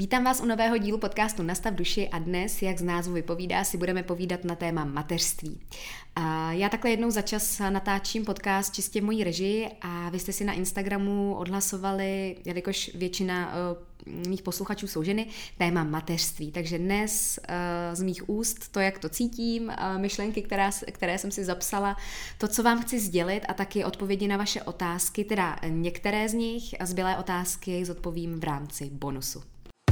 Vítám vás u nového dílu podcastu Nastav duši a dnes, jak z názvu vypovídá, si budeme povídat na téma mateřství. Já takhle jednou za čas natáčím podcast čistě v mojí režii a vy jste si na Instagramu odhlasovali, jelikož většina mých posluchačů jsou ženy, téma mateřství. Takže dnes z mých úst to, jak to cítím, myšlenky, které jsem si zapsala, to, co vám chci sdělit a taky odpovědi na vaše otázky, teda některé z nich a zbylé otázky zodpovím v rámci bonusu.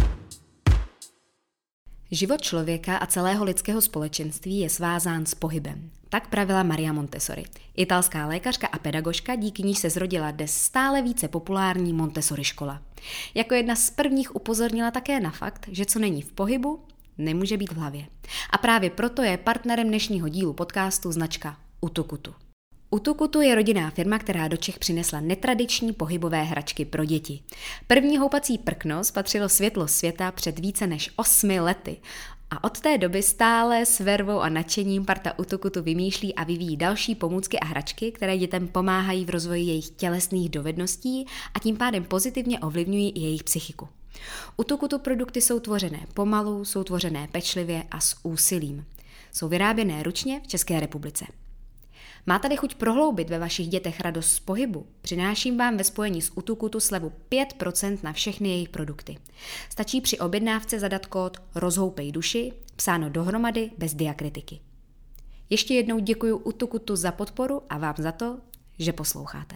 Život člověka a celého lidského společenství je svázán s pohybem. Tak pravila Maria Montessori, italská lékařka a pedagožka, díky níž se zrodila dnes stále více populární Montessori škola. Jako jedna z prvních upozornila také na fakt, že co není v pohybu, nemůže být v hlavě. A právě proto je partnerem dnešního dílu podcastu značka Utukutu. Utukutu je rodinná firma, která do Čech přinesla netradiční pohybové hračky pro děti. První houpací prkno patřilo světlo světa před více než 8 lety. A od té doby stále s vervou a nadšením parta Utukutu vymýšlí a vyvíjí další pomůcky a hračky, které dětem pomáhají v rozvoji jejich tělesných dovedností a tím pádem pozitivně ovlivňují i jejich psychiku. Utukutu produkty jsou tvořené pomalu, jsou tvořené pečlivě a s úsilím. Jsou vyráběné ručně v České republice. Máte-li chuť prohloubit ve vašich dětech radost z pohybu? Přináším vám ve spojení s Utukutu slevu 5% na všechny jejich produkty. Stačí při objednávce zadat kód Rozhoupej duši, psáno dohromady bez diakritiky. Ještě jednou děkuji Utukutu za podporu a vám za to, že posloucháte.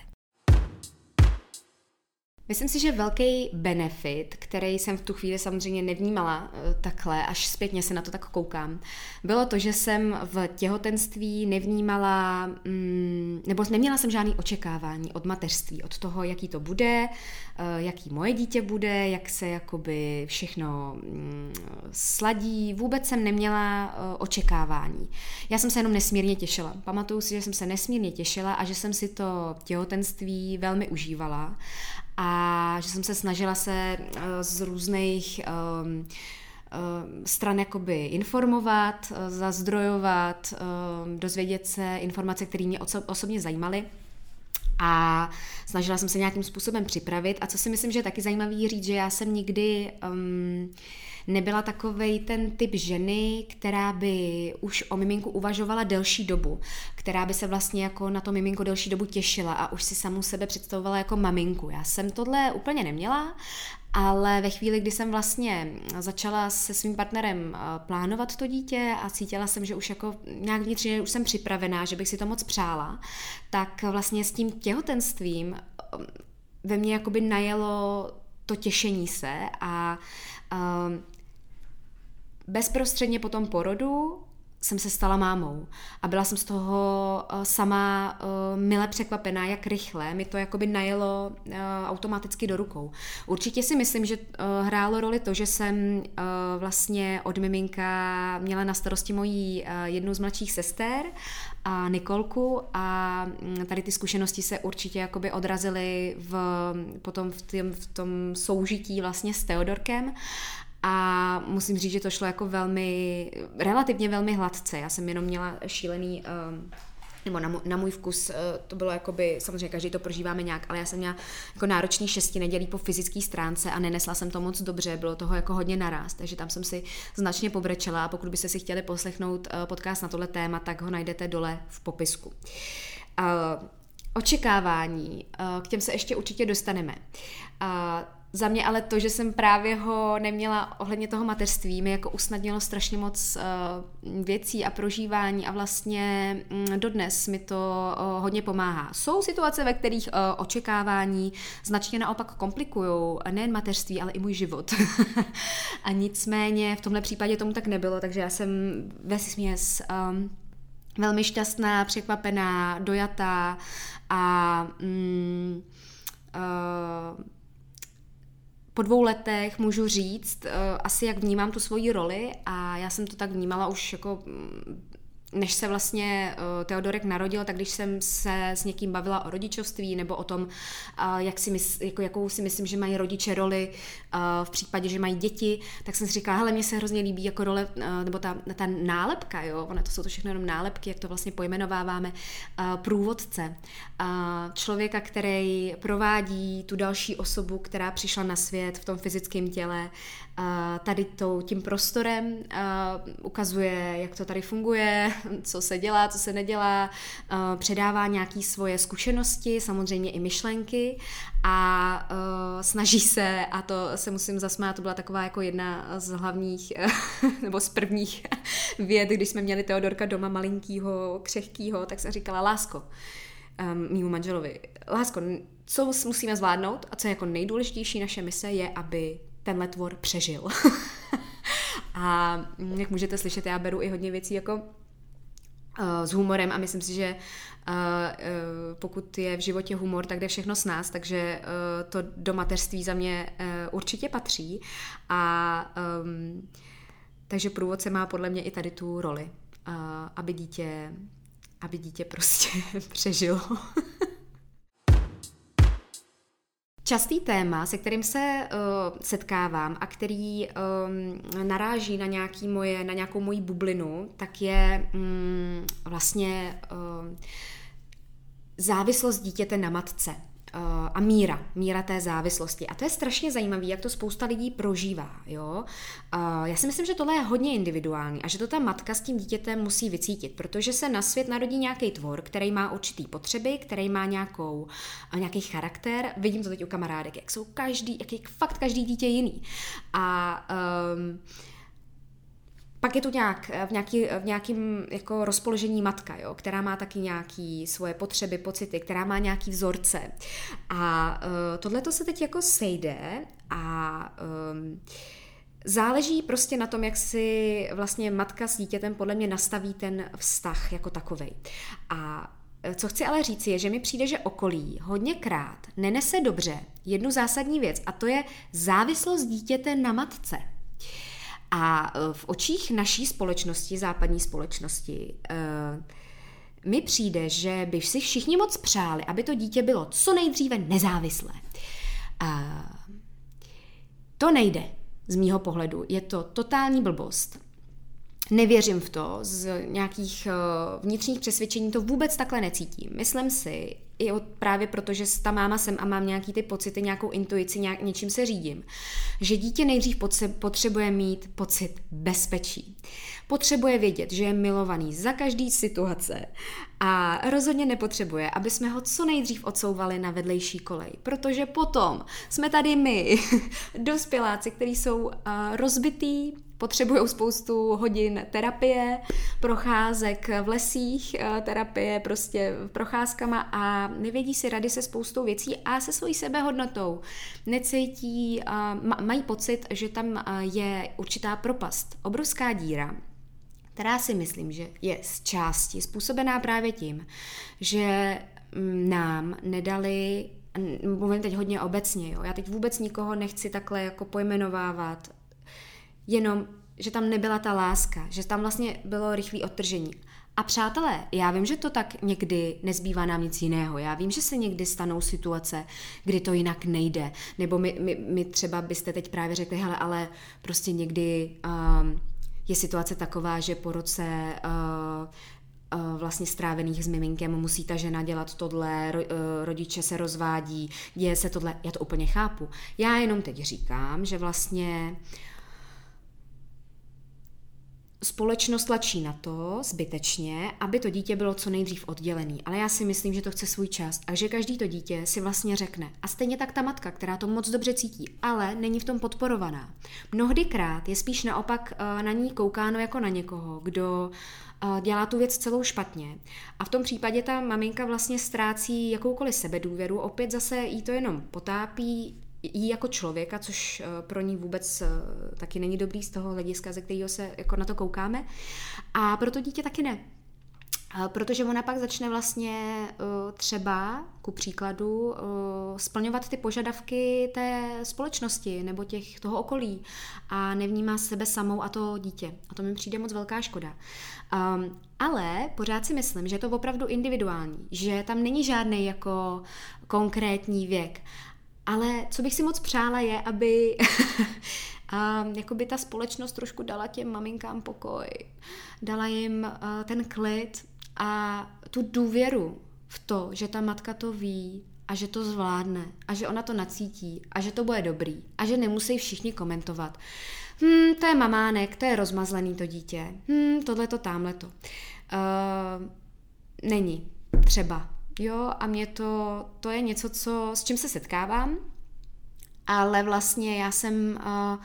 Myslím si, že velký benefit, který jsem v tu chvíli samozřejmě nevnímala takhle, až zpětně se na to tak koukám, bylo to, že jsem v těhotenství nevnímala, nebo neměla jsem žádný očekávání od mateřství, od toho, jaký to bude, jaký moje dítě bude, jak se jakoby všechno sladí, vůbec jsem neměla očekávání. Já jsem se jenom nesmírně těšila. Pamatuju si, že jsem se nesmírně těšila a že jsem si to těhotenství velmi užívala a že jsem se snažila se z různých stran jakoby informovat, zazdrojovat, dozvědět se informace, které mě osobně zajímaly. A snažila jsem se nějakým způsobem připravit. A co si myslím, že je taky zajímavý říct, že já jsem nikdy nebyla takovej ten typ ženy, která by už o miminku uvažovala delší dobu, která by se vlastně jako na to miminko delší dobu těšila a už si samu sebe představovala jako maminku. Já jsem tohle úplně neměla, ale ve chvíli, kdy jsem vlastně začala se svým partnerem plánovat to dítě a cítila jsem, že už jako nějak vnitřně už jsem připravená, že bych si to moc přála, tak vlastně s tím těhotenstvím ve mně jakoby najelo to těšení se a bezprostředně po tom porodu jsem se stala mámou a byla jsem z toho sama mile překvapená, jak rychle mi to jakoby najelo automaticky do rukou. Určitě si myslím, že hrálo roli to, že jsem vlastně od miminka měla na starosti moji jednu z mladších sester, Nikolku, a tady ty zkušenosti se určitě jakoby odrazily potom v tom soužití vlastně s Teodorkem. A musím říct, že to šlo jako relativně velmi hladce. Já jsem jenom měla šílený, nebo na můj vkus, to bylo jakoby, samozřejmě každý to prožíváme nějak, ale já jsem měla jako náročný 6 nedělí po fyzické stránce a nenesla jsem to moc dobře, bylo toho jako hodně naráz, takže tam jsem si značně pobrečela a pokud byste si chtěli poslechnout podcast na tohle téma, tak ho najdete dole v popisku. Očekávání, k těm se ještě určitě dostaneme. Za mě ale to, že jsem právě ho neměla ohledně toho mateřství, mi jako usnadnilo strašně moc věcí a prožívání a vlastně dodnes mi to hodně pomáhá. Jsou situace, ve kterých očekávání značně naopak komplikují nejen mateřství, ale i můj život. A nicméně v tomhle případě tomu tak nebylo, takže já jsem vesměs velmi šťastná, překvapená, dojatá a po 2 letech můžu říct asi, jak vnímám tu svoji roli a já jsem to tak vnímala už jako než se vlastně Teodorek narodil, tak když jsem se s někým bavila o rodičovství nebo o tom, jakou si myslím, že mají rodiče roli v případě, že mají děti, tak jsem si říkala, hele, mně se hrozně líbí jako role, nebo ta nálepka, jo, to jsou to všechno jenom nálepky, jak to vlastně pojmenováváme, průvodce, člověka, který provádí tu další osobu, která přišla na svět v tom fyzickém těle, tady tím prostorem, ukazuje, jak to tady funguje, co se dělá, co se nedělá, předává nějaké svoje zkušenosti, samozřejmě i myšlenky a snaží se, a to se musím zasmát, to byla taková jako jedna z hlavních, nebo z prvních věd, když jsme měli Teodorka doma malinkýho, křehkýho, tak jsem říkala, lásko, mýmu manželovi, lásko, co musíme zvládnout a co je jako nejdůležitější naše mise je, aby tenhle tvor přežil. A jak můžete slyšet, já beru i hodně věcí jako s humorem a myslím si, že pokud je v životě humor, tak jde všechno s nás, takže to do mateřství za mě určitě patří a takže průvodce má podle mě i tady tu roli, aby dítě prostě přežilo. Častý téma, se kterým se setkávám a který naráží na nějakou moji bublinu, tak je vlastně závislost dítěte na matce a míra té závislosti. A to je strašně zajímavé, jak to spousta lidí prožívá. Jo? Já si myslím, že tohle je hodně individuální a že to ta matka s tím dítětem musí vycítit, protože se na svět narodí nějaký tvor, který má určitý potřeby, který má nějaký charakter. Vidím to teď u kamarádek, jak je fakt každý dítě jiný. A pak je tu v nějakém jako rozpoložení matka, jo, která má taky nějaké svoje potřeby, pocity, která má nějaký vzorce. A tohleto se teď jako sejde a záleží prostě na tom, jak si vlastně matka s dítětem podle mě nastaví ten vztah jako takovej. A co chci ale říct je, že mi přijde, že okolí hodněkrát nenese dobře jednu zásadní věc a to je závislost dítěte na matce. A v očích naší společnosti, západní společnosti, mi přijde, že by si všichni moc přáli, aby to dítě bylo co nejdříve nezávislé. To nejde z mýho pohledu. Je to totální blbost. Nevěřím v to, z nějakých vnitřních přesvědčení to vůbec takhle necítím. Myslím si, právě protože ta máma jsem a mám nějaký ty pocity, nějakou intuici, něčím se řídím, že dítě nejdřív potřebuje mít pocit bezpečí. Potřebuje vědět, že je milovaný za každý situace a rozhodně nepotřebuje, aby jsme ho co nejdřív odsouvali na vedlejší kolej, protože potom jsme tady my, dospěláci, kteří jsou rozbitý, potřebují spoustu hodin terapie, procházek v lesích, terapie prostě procházkama a nevědí si rady se spoustou věcí a se svojí sebehodnotou. Necítí, mají pocit, že tam je určitá propast, obrovská díra, která si myslím, že je z části způsobená právě tím, že nám nedali, mluvím teď hodně obecně, jo? Já teď vůbec nikoho nechci takhle jako pojmenovávat, jenom, že tam nebyla ta láska, že tam vlastně bylo rychlé odtržení. A přátelé, já vím, že to tak někdy nezbývá nám nic jiného. Já vím, že se někdy stanou situace, kdy to jinak nejde. Nebo my třeba byste teď právě řekli, hele, ale prostě někdy je situace taková, že po roce vlastně strávených s miminkem musí ta žena dělat tohle, rodiče se rozvádí, děje se tohle. Já to úplně chápu. Já jenom teď říkám, že vlastně společnost tlačí na to zbytečně, aby to dítě bylo co nejdřív oddělený, ale já si myslím, že to chce svůj čas a že každý to dítě si vlastně řekne. A stejně tak ta matka, která to moc dobře cítí, ale není v tom podporovaná. Mnohdykrát je spíš naopak na ní koukáno jako na někoho, kdo dělá tu věc celou špatně. A v tom případě ta maminka vlastně ztrácí jakoukoliv sebedůvěru, opět zase jí to jenom potápí, jí jako člověka, což pro ní vůbec taky není dobrý z toho hlediska, ze kterého se jako na to koukáme. A pro to dítě taky ne. Protože ona pak začne vlastně třeba, ku příkladu, splňovat ty požadavky té společnosti nebo toho okolí a nevnímá sebe samou a to dítě. A to mi přijde moc velká škoda. Ale pořád si myslím, že je to opravdu individuální, že tam není žádný jako konkrétní věk. Ale co bych si moc přála je, aby jakoby ta společnost trošku dala těm maminkám pokoj, dala jim ten klid a tu důvěru v to, že ta matka to ví a že to zvládne a že ona to nacítí a že to bude dobrý a že nemusí všichni komentovat. To je mamánek, to je rozmazlený to dítě, tohleto, támhleto. Není třeba. Jo, a mě to je něco, s čím se setkávám, ale vlastně já jsem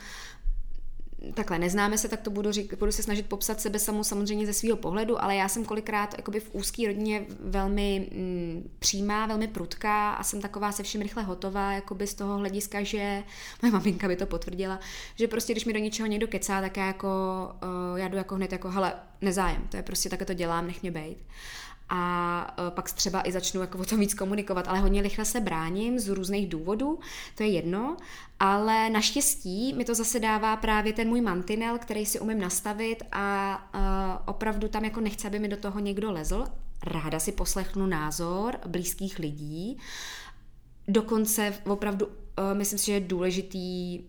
takhle, neznáme se, tak to budu se snažit popsat sebe samou samozřejmě ze svého pohledu, ale já jsem kolikrát jakoby v úzké rodině velmi přímá, velmi prudká a jsem taková se vším rychle hotová, jakoby z toho hlediska, že moje maminka by to potvrdila, že prostě když mi do něčeho někdo kecá, tak já jdu jako hned jako, hele, nezájem, to je prostě takhle to dělám, nech mě bejt. A pak třeba i začnu jako o tom víc komunikovat, ale hodně rychle se bráním z různých důvodů, to je jedno, ale naštěstí mi to zase dává právě ten můj mantinel, který si umím nastavit a opravdu tam jako nechci, aby mi do toho někdo lezl. Ráda si poslechnu názor blízkých lidí, dokonce opravdu myslím si, že je důležitý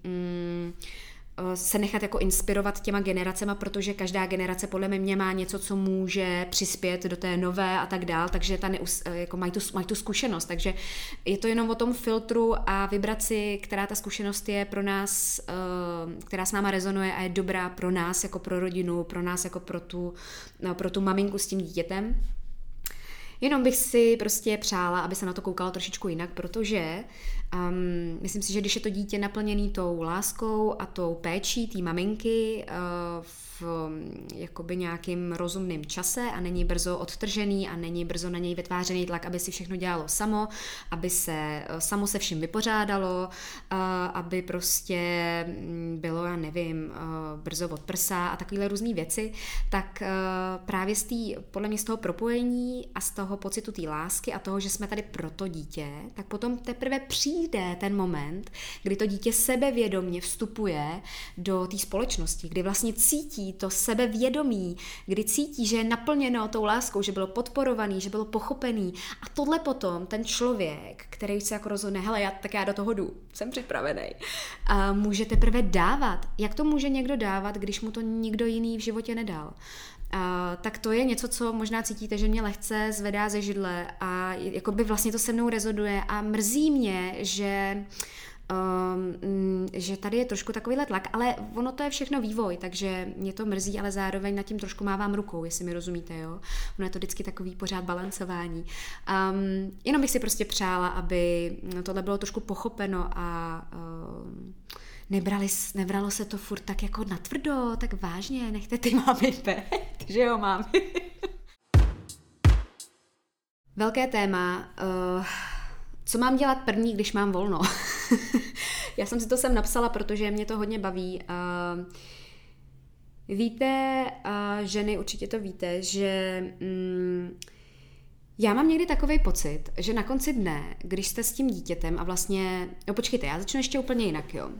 se nechat jako inspirovat těma generacema, protože každá generace podle mě má něco, co může přispět do té nové a tak dál, takže jako mají tu zkušenost, takže je to jenom o tom filtru a vybrat si, která ta zkušenost je pro nás, která s náma rezonuje a je dobrá pro nás jako pro rodinu, pro nás jako pro tu maminku s tím dítětem. Jenom bych si prostě přála, aby se na to koukalo trošičku jinak, protože myslím si, že když je to dítě naplněný tou láskou a tou péčí té maminky v jakoby nějakým rozumným čase a není brzo odtržený a není brzo na něj vytvářený tlak, aby si všechno dělalo samo, aby se samo se vším vypořádalo, aby prostě bylo, já nevím, brzo od prsa a takovéhle různé věci, tak právě podle mě z toho propojení a z toho pocitu té lásky a toho, že jsme tady pro to dítě, tak potom teprve přijde ten moment, kdy to dítě sebevědomě vstupuje do té společnosti, kdy vlastně cítí to sebevědomí, kdy cítí, že je naplněno tou láskou, že bylo podporovaný, že bylo pochopený a tohle potom ten člověk, který se jako rozhodne, hele, tak já do toho jdu, jsem připravený, a může teprve dávat. Jak to může někdo dávat, když mu to nikdo jiný v životě nedal? Tak to je něco, co možná cítíte, že mě lehce zvedá ze židle a jakoby vlastně to se mnou rezonuje a mrzí mě, že tady je trošku takovýhle tlak, ale ono to je všechno vývoj, takže mě to mrzí, ale zároveň nad tím trošku mávám rukou, jestli mi rozumíte, jo. Ono je to vždycky takový pořád balancování. Jenom bych si prostě přála, aby tohle bylo trošku pochopeno a nebralo se to furt tak jako natvrdo, tak vážně, nechte ty mámy být, že jo, mámy. Velké téma, co mám dělat první, když mám volno? Já jsem si to sem napsala, protože mě to hodně baví. Víte, ženy, určitě to víte, že já mám někdy takovej pocit, že na konci dne, když jste s tím dítětem a vlastně, počkejte, já začnu ještě úplně jinak, jo.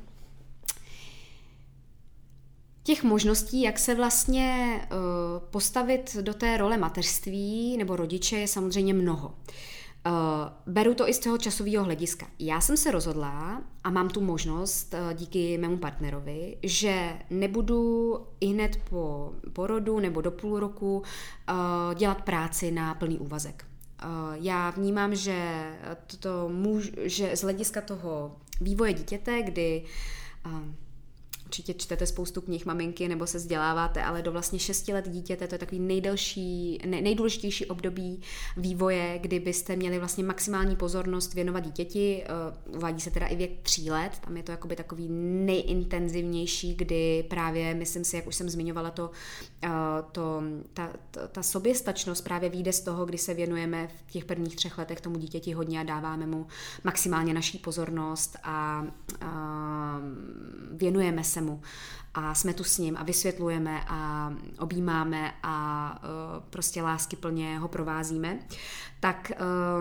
Těch možností, jak se vlastně postavit do té role mateřství nebo rodiče, je samozřejmě mnoho. Beru to i z toho časového hlediska. Já jsem se rozhodla a mám tu možnost díky mému partnerovi, že nebudu ihned po porodu nebo do půl roku dělat práci na plný úvazek. Já vnímám, že z hlediska toho vývoje dítěte, kdy určitě čtete spoustu knih maminky nebo se vzděláváte, ale do vlastně 6 let dítěte, to je takový nejdůležitější období vývoje, kdy byste měli vlastně maximální pozornost věnovat dítěti. Uvádí se teda i věk 3 let, tam je to jakoby takový nejintenzivnější, kdy právě, myslím si, jak už jsem zmiňovala, ta soběstačnost právě vyjde z toho, kdy se věnujeme v těch prvních 3 letech tomu dítěti hodně a dáváme mu maximálně naší pozornost a věnujeme se se mu a jsme tu s ním a vysvětlujeme a objímáme a prostě láskyplně ho provázíme, tak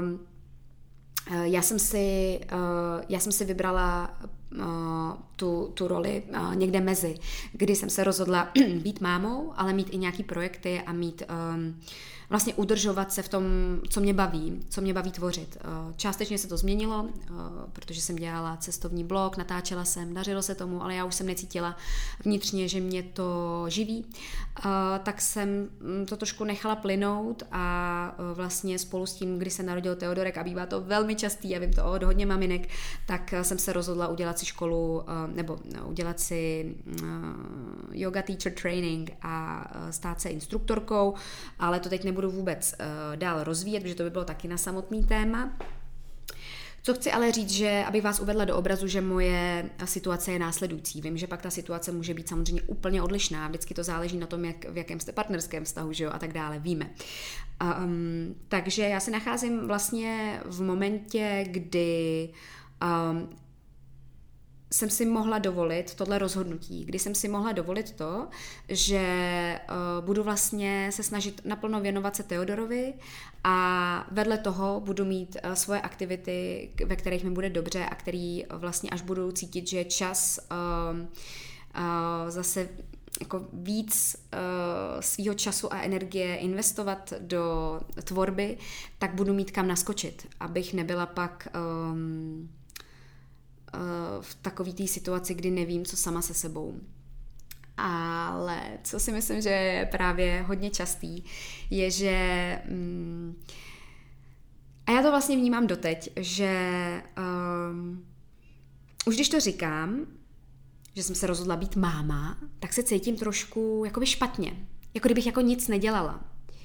já jsem si vybrala tu roli někde mezi, kdy jsem se rozhodla být mámou, ale mít i nějaký projekty a mít vlastně udržovat se v tom, co mě baví tvořit. Částečně se to změnilo, protože jsem dělala cestovní blog, natáčela jsem, dařilo se tomu, ale já už jsem necítila vnitřně, že mě to živí. Tak jsem to trošku nechala plynout a vlastně spolu s tím, kdy se narodil Teodorek, a bývá to velmi častý, já vím to od hodně maminek, tak jsem se rozhodla udělat si školu, nebo udělat si yoga teacher training a stát se instruktorkou, ale to teď nebudu vůbec dál rozvíjet, protože to by bylo taky na samotný téma. Co chci ale říct, že abych vás uvedla do obrazu, že moje situace je následující. Vím, že pak ta situace může být samozřejmě úplně odlišná, vždycky to záleží na tom, v jakém jste partnerském vztahu, že jo, a tak dále, víme. Takže já se nacházím vlastně v momentě, kdy jsem si mohla dovolit tohle rozhodnutí, kdy jsem si mohla dovolit to, že budu vlastně se snažit naplno věnovat se Teodorovi a vedle toho budu mít svoje aktivity, ve kterých mi bude dobře a který vlastně až budu cítit, že je čas zase jako víc svýho času a energie investovat do tvorby, tak budu mít kam naskočit, abych nebyla pak v takové té situaci, kdy nevím, co sama se sebou. Ale co si myslím, že je právě hodně častý, je, že a já to vlastně vnímám doteď, že už když to říkám, že jsem se rozhodla být máma, tak se cítím trošku jakoby špatně. Jako kdybych jako nic nedělala.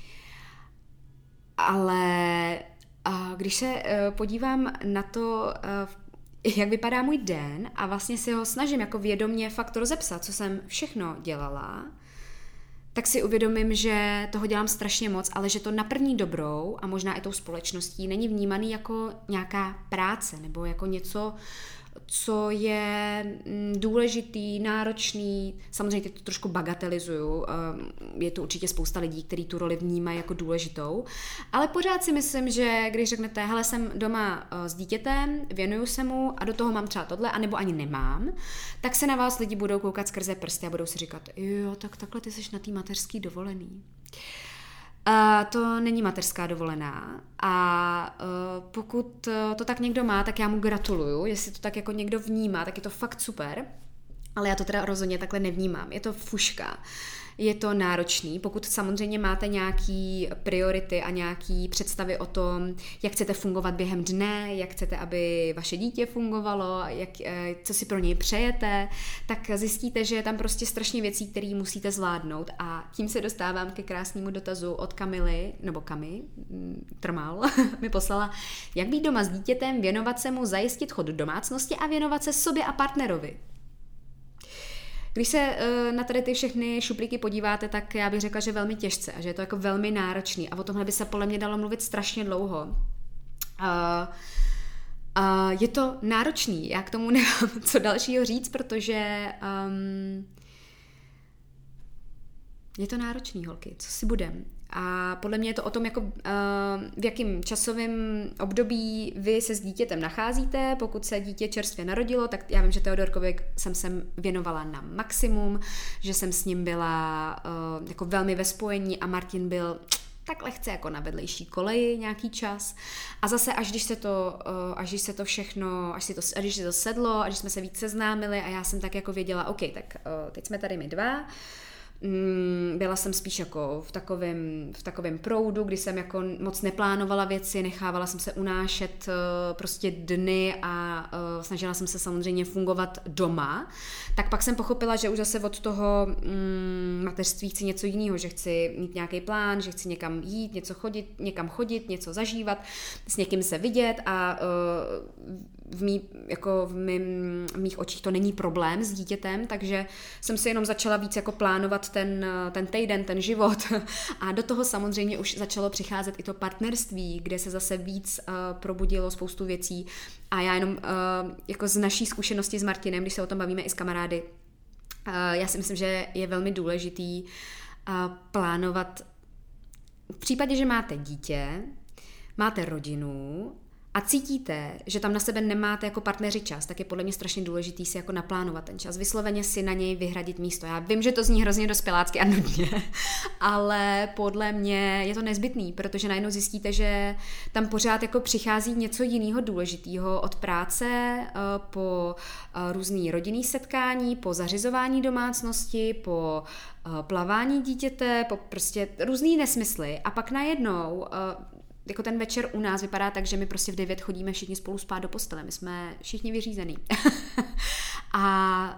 Ale když se podívám na to, jak vypadá můj den a vlastně si ho snažím jako vědomě fakt rozepsat, co jsem všechno dělala, tak si uvědomím, že toho dělám strašně moc, ale že to na první dobrou a možná i tou společností není vnímaný jako nějaká práce nebo jako něco, co je důležitý, náročný. Samozřejmě teď to trošku bagatelizuju, je to určitě spousta lidí, kteří tu roli vnímají jako důležitou, ale pořád si myslím, že když řeknete, hele, jsem doma s dítětem, věnuju se mu a do toho mám třeba tohle, anebo ani nemám, tak se na vás lidi budou koukat skrze prsty a budou si říkat, jo, tak takhle ty jsi na té mateřský dovolený. To není mateřská dovolená a pokud to tak někdo má, tak já mu gratuluju, jestli to tak jako někdo vnímá, tak je to fakt super, ale já to teda rozhodně takhle nevnímám, je to fuška. Je to náročný, pokud samozřejmě máte nějaký priority a nějaký představy o tom, jak chcete fungovat během dne, jak chcete, aby vaše dítě fungovalo, co si pro něj přejete, tak zjistíte, že je tam prostě strašně věcí, které musíte zvládnout a tím se dostávám ke krásnému dotazu od Kamily, nebo Kamy, Trmal, mi poslala, jak být doma s dítětem, věnovat se mu, zajistit chod domácnosti a věnovat se sobě a partnerovi. Když se na tady ty všechny šuplíky podíváte, tak já bych řekla, že velmi těžce a že je to jako velmi náročný a o tomhle by se podle mě dalo mluvit strašně dlouho. Je to náročný, já k tomu nemám co dalšího říct, protože je to náročný, holky, co si budem. A podle mě je to o tom, jako, v jakém časovém období vy se s dítětem nacházíte. Pokud se dítě čerstvě narodilo, tak já vím, že Teodorkovi jsem věnovala na maximum, že jsem s ním byla jako velmi ve spojení a Martin byl tak lehce jako na vedlejší koleji nějaký čas. A zase, až když se to všechno, až když se to sedlo, až jsme se víc seznámili a já jsem tak jako věděla, OK, tak teď jsme tady my dva. Byla jsem spíš jako v takovém proudu, kdy jsem jako moc neplánovala věci, nechávala jsem se unášet prostě dny a snažila jsem se samozřejmě fungovat doma. Tak pak jsem pochopila, že už zase od toho mateřství chci něco jiného, že chci mít nějaký plán, že chci někam jít, někam chodit, něco zažívat, s někým se vidět a v mých očích to není problém s dítětem, takže jsem si jenom začala víc jako plánovat ten týden, ten život a do toho samozřejmě už začalo přicházet i to partnerství, kde se zase víc probudilo spoustu věcí a já jenom jako z naší zkušenosti s Martinem, když se o tom bavíme i s kamarády, Já si myslím, že je velmi důležitý plánovat v případě, že máte dítě, máte rodinu a cítíte, že tam na sebe nemáte jako partneři čas, tak je podle mě strašně důležitý si jako naplánovat ten čas, vysloveně si na něj vyhradit místo. Já vím, že to zní hrozně dospělácky a nudně, ale podle mě je to nezbytný, protože najednou zjistíte, že tam pořád jako přichází něco jiného důležitého od práce, po různý rodinný setkání, po zařizování domácnosti, po plavání dítěte, po prostě různý nesmysly a pak najednou jako ten večer u nás vypadá tak, že my prostě v 9 chodíme všichni spolu spát do postele. My jsme všichni vyřízený. A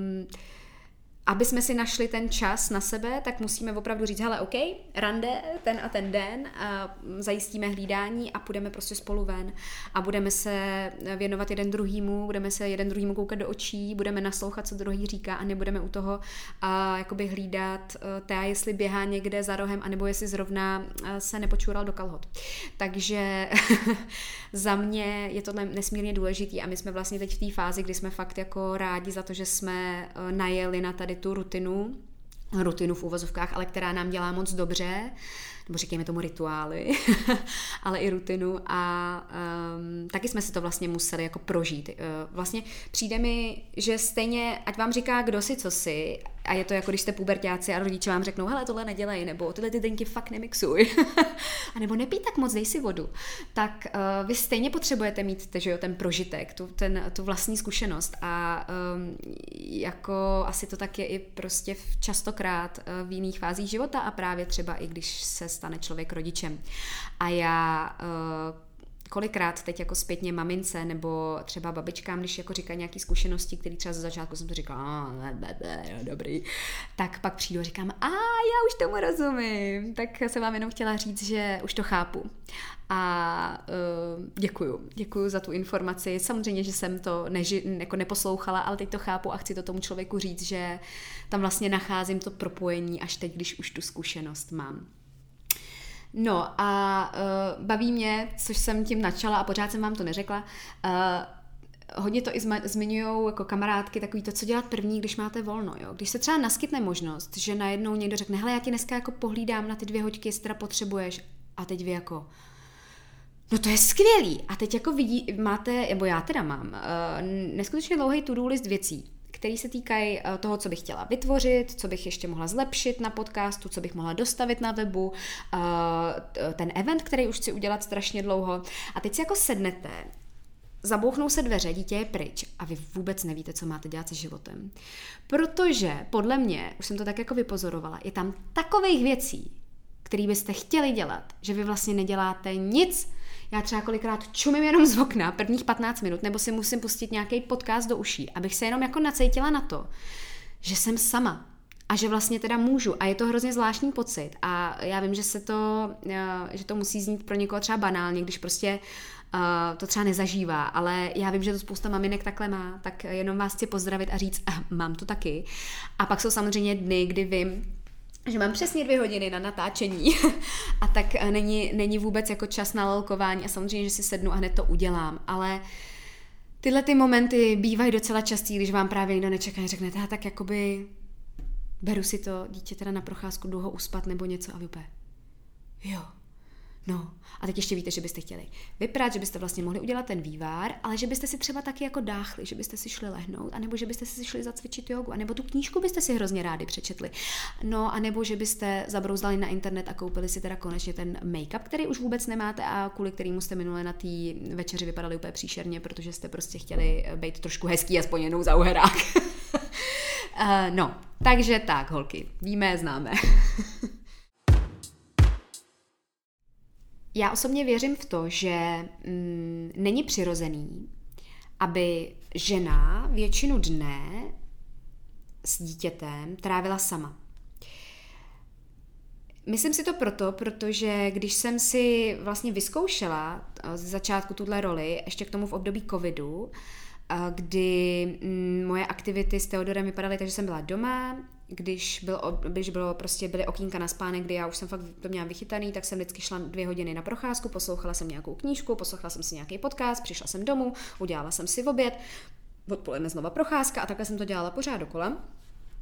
aby jsme si našli ten čas na sebe, tak musíme opravdu říct, hele, OK, rande ten a ten den, a zajistíme hlídání a půjdeme prostě spolu ven a budeme se věnovat jeden druhýmu, budeme se jeden druhýmu koukat do očí, budeme naslouchat, co druhý říká a nebudeme u toho jakoby hlídat jestli běhá někde za rohem, anebo jestli zrovna se nepočural do kalhot. Takže za mě je tohle nesmírně důležitý a my jsme vlastně teď v té fázi, kdy jsme fakt jako rádi za to, že jsme najeli na tady tu rutinu v uvozovkách, ale která nám dělá moc dobře, nebo říkejme tomu rituály, ale i rutinu a taky jsme si to vlastně museli jako prožít. Vlastně přijde mi, že stejně, ať vám říká kdo si, co si, a je to jako když jste puberťáci a rodiče vám řeknou, hele, tohle nedělej, nebo tyhle ty drinky fakt nemixuj, a nebo nepij tak moc, dej si vodu, tak vy stejně potřebujete mít ten prožitek, tu vlastní zkušenost a jako asi to tak je i prostě častokrát v jiných fázích života a právě třeba i když se stane člověk rodičem. A já kolikrát teď jako zpětně mamince nebo třeba babičkám, když jako říkají nějaké zkušenosti, které třeba ze začátku jsem to říkala, dobrý, tak pak přijdu a říkám, já už tomu rozumím, tak jsem vám jenom chtěla říct, že už to chápu. A děkuju za tu informaci. Samozřejmě, že jsem to jako neposlouchala, ale teď to chápu a chci to tomu člověku říct, že tam vlastně nacházím to propojení až teď, když už tu zkušenost mám. No a baví mě, což jsem tím načala a pořád jsem vám to neřekla, hodně to i zmiňujou jako kamarádky, takový to, co dělat první, když máte volno. Jo? Když se třeba naskytne možnost, že najednou někdo řekne, hele, já ti dneska jako pohlídám na ty 2 hoďky, jestli teda potřebuješ, a teď vy jako, no to je skvělý. A teď jako máte, nebo já teda mám, neskutečně dlouhý to-do list věcí, které se týkají toho, co bych chtěla vytvořit, co bych ještě mohla zlepšit na podcastu, co bych mohla dostavit na webu, ten event, který už chci udělat strašně dlouho. A teď si jako sednete, zabouchnou se dveře, dítě je pryč a vy vůbec nevíte, co máte dělat se životem. Protože podle mě, už jsem to tak jako vypozorovala, je tam takových věcí, které byste chtěli dělat, že vy vlastně neděláte nic. Já třeba kolikrát čumím jenom z okna prvních 15 minut, nebo si musím pustit nějaký podcast do uší, abych se jenom jako nacítila na to, že jsem sama a že vlastně teda můžu. A je to hrozně zvláštní pocit. A já vím, že to musí znít pro někoho třeba banálně, když prostě to třeba nezažívá, ale já vím, že to spousta maminek takhle má, tak jenom vás chci pozdravit a říct, mám to taky. A pak jsou samozřejmě dny, kdy vím, že mám přesně 2 hodiny na natáčení a tak není vůbec jako čas na lolkování a samozřejmě, že si sednu a hned to udělám, ale tyhle ty momenty bývají docela častý, když vám právě někdo nečeká a řeknete, tak jakoby beru si to dítě teda na procházku, jdu ho uspat nebo něco a vy úplně, jo. No, a teď ještě víte, že byste chtěli vyprat, že byste vlastně mohli udělat ten vývar, ale že byste si třeba taky jako dáchli, že byste si šli lehnout, anebo že byste si šli zacvičit jogu, anebo tu knížku byste si hrozně rádi přečetli. No, anebo že byste zabrouzdali na internet a koupili si teda konečně ten make-up, který už vůbec nemáte a kvůli kterému jste minule na té večeři vypadali úplně příšerně, protože jste prostě chtěli být trošku hezký aspoň jednou za uherák. No, takže tak, holky, víme, známe. Já osobně věřím v to, že není přirozený, aby žena většinu dne s dítětem trávila sama. Myslím si to protože když jsem si vlastně vyzkoušela z začátku tuhle roli, ještě k tomu v období covidu, kdy moje aktivity s Teodorem vypadaly, takže jsem byla doma, když byly okýnka na spánek, kdy já už jsem fakt to měla vychytaný, tak jsem vždycky šla 2 hodiny na procházku, poslouchala jsem nějakou knížku, poslouchala jsem si nějaký podcast, přišla jsem domů, udělala jsem si oběd, odpoledne znova procházka a takhle jsem to dělala pořád dokola.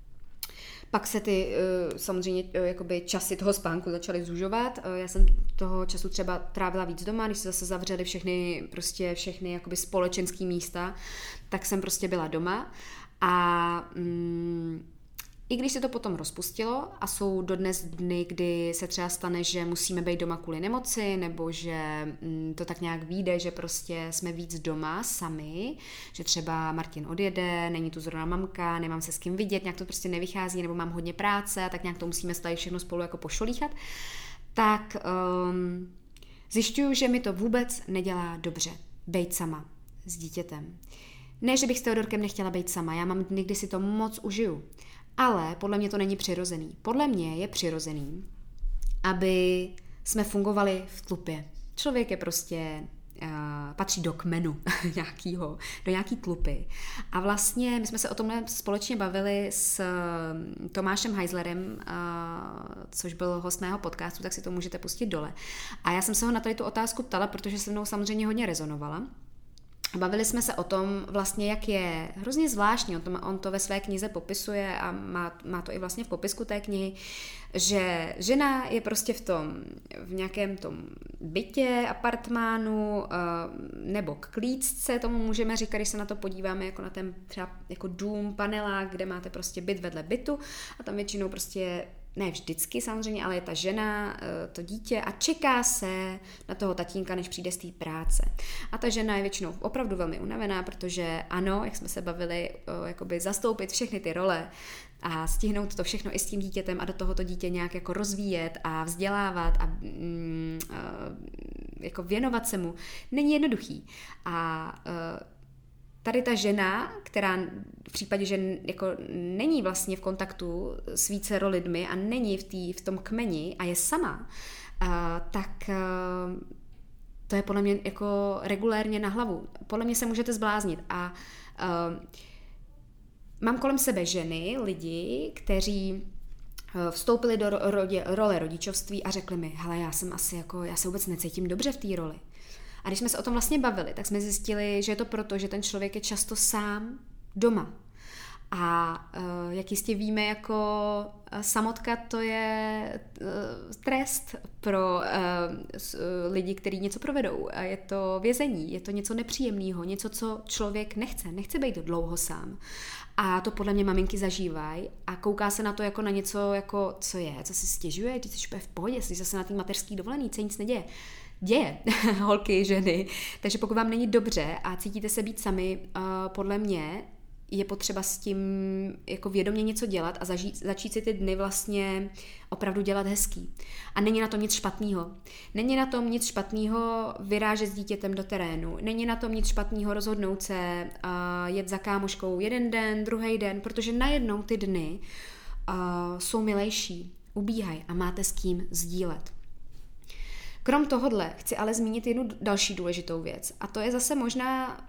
Pak se ty samozřejmě jakoby časy toho spánku začaly zužovat. Já jsem toho času třeba trávila víc doma, když se zase zavřely všechny jakoby společenský místa, tak jsem prostě byla doma a i když se to potom rozpustilo a jsou dodnes dny, kdy se třeba stane, že musíme být doma kvůli nemoci, nebo že to tak nějak vyjde, že prostě jsme víc doma sami, že třeba Martin odjede, není tu zrovna mamka, nemám se s kým vidět, nějak to prostě nevychází, nebo mám hodně práce a tak nějak to musíme tady všechno spolu jako pošolíchat, tak zjišťuju, že mi to vůbec nedělá dobře bejt sama s dítětem. Ne, že bych s Teodorkem nechtěla být sama, já mám dny, kdy si to moc užiju. Ale podle mě to není přirozený. Podle mě je přirozený, aby jsme fungovali v tlupě. Člověk je prostě, patří do kmenu nějakýho, do nějaký tlupy. A vlastně my jsme se o tomhle společně bavili s Tomášem Heislerem, což byl host mého podcastu, tak si to můžete pustit dole. A já jsem se ho na tady tu otázku ptala, protože se mnou samozřejmě hodně rezonovala. Bavili jsme se o tom vlastně, jak je hrozně zvláštní, on to ve své knize popisuje a má to i vlastně v popisku té knihy, že žena je prostě v nějakém tom bytě, apartmánu nebo klícce, tomu můžeme říkat, když se na to podíváme jako na ten třeba jako dům, panelák, kde máte prostě byt vedle bytu a tam většinou prostě ne vždycky samozřejmě, ale je ta žena, to dítě a čeká se na toho tatínka, než přijde z té práce. A ta žena je většinou opravdu velmi unavená, protože ano, jak jsme se bavili, jakoby zastoupit všechny ty role a stihnout to všechno i s tím dítětem a do toho to dítě nějak jako rozvíjet a vzdělávat a jako věnovat se mu, není jednoduchý. A tady ta žena, která v případě, že jako není vlastně v kontaktu s vícero lidmi a není v tom kmeni a je sama, tak to je podle mě jako regulérně na hlavu. Podle mě se můžete zbláznit. A mám kolem sebe ženy, lidi, kteří vstoupili do role rodičovství a řekli mi, hele, já se vůbec necítím dobře v té roli. A když jsme se o tom vlastně bavili, tak jsme zjistili, že je to proto, že ten člověk je často sám doma. A jak jistě víme, jako samotka to je trest pro lidi, kteří něco provedou. A je to vězení, je to něco nepříjemného, něco, co člověk nechce být dlouho sám. A to podle mě maminky zažívají a kouká se na to jako na něco, jako co si stěžuje, ty jsi v pohodě, jsi zase na té mateřský dovolený, se nic neděje. Děje, holky, ženy. Takže pokud vám není dobře a cítíte se být sami, podle mě je potřeba s tím jako vědomě něco dělat a začít si ty dny vlastně opravdu dělat hezký. A není na tom nic špatného. Není na tom nic špatného vyrážet s dítětem do terénu. Není na tom nic špatného rozhodnout se jet za kámoškou jeden den, druhý den, protože najednou ty dny jsou milejší, ubíhají a máte s kým sdílet. Krom tohodle chci ale zmínit jednu další důležitou věc a to je zase možná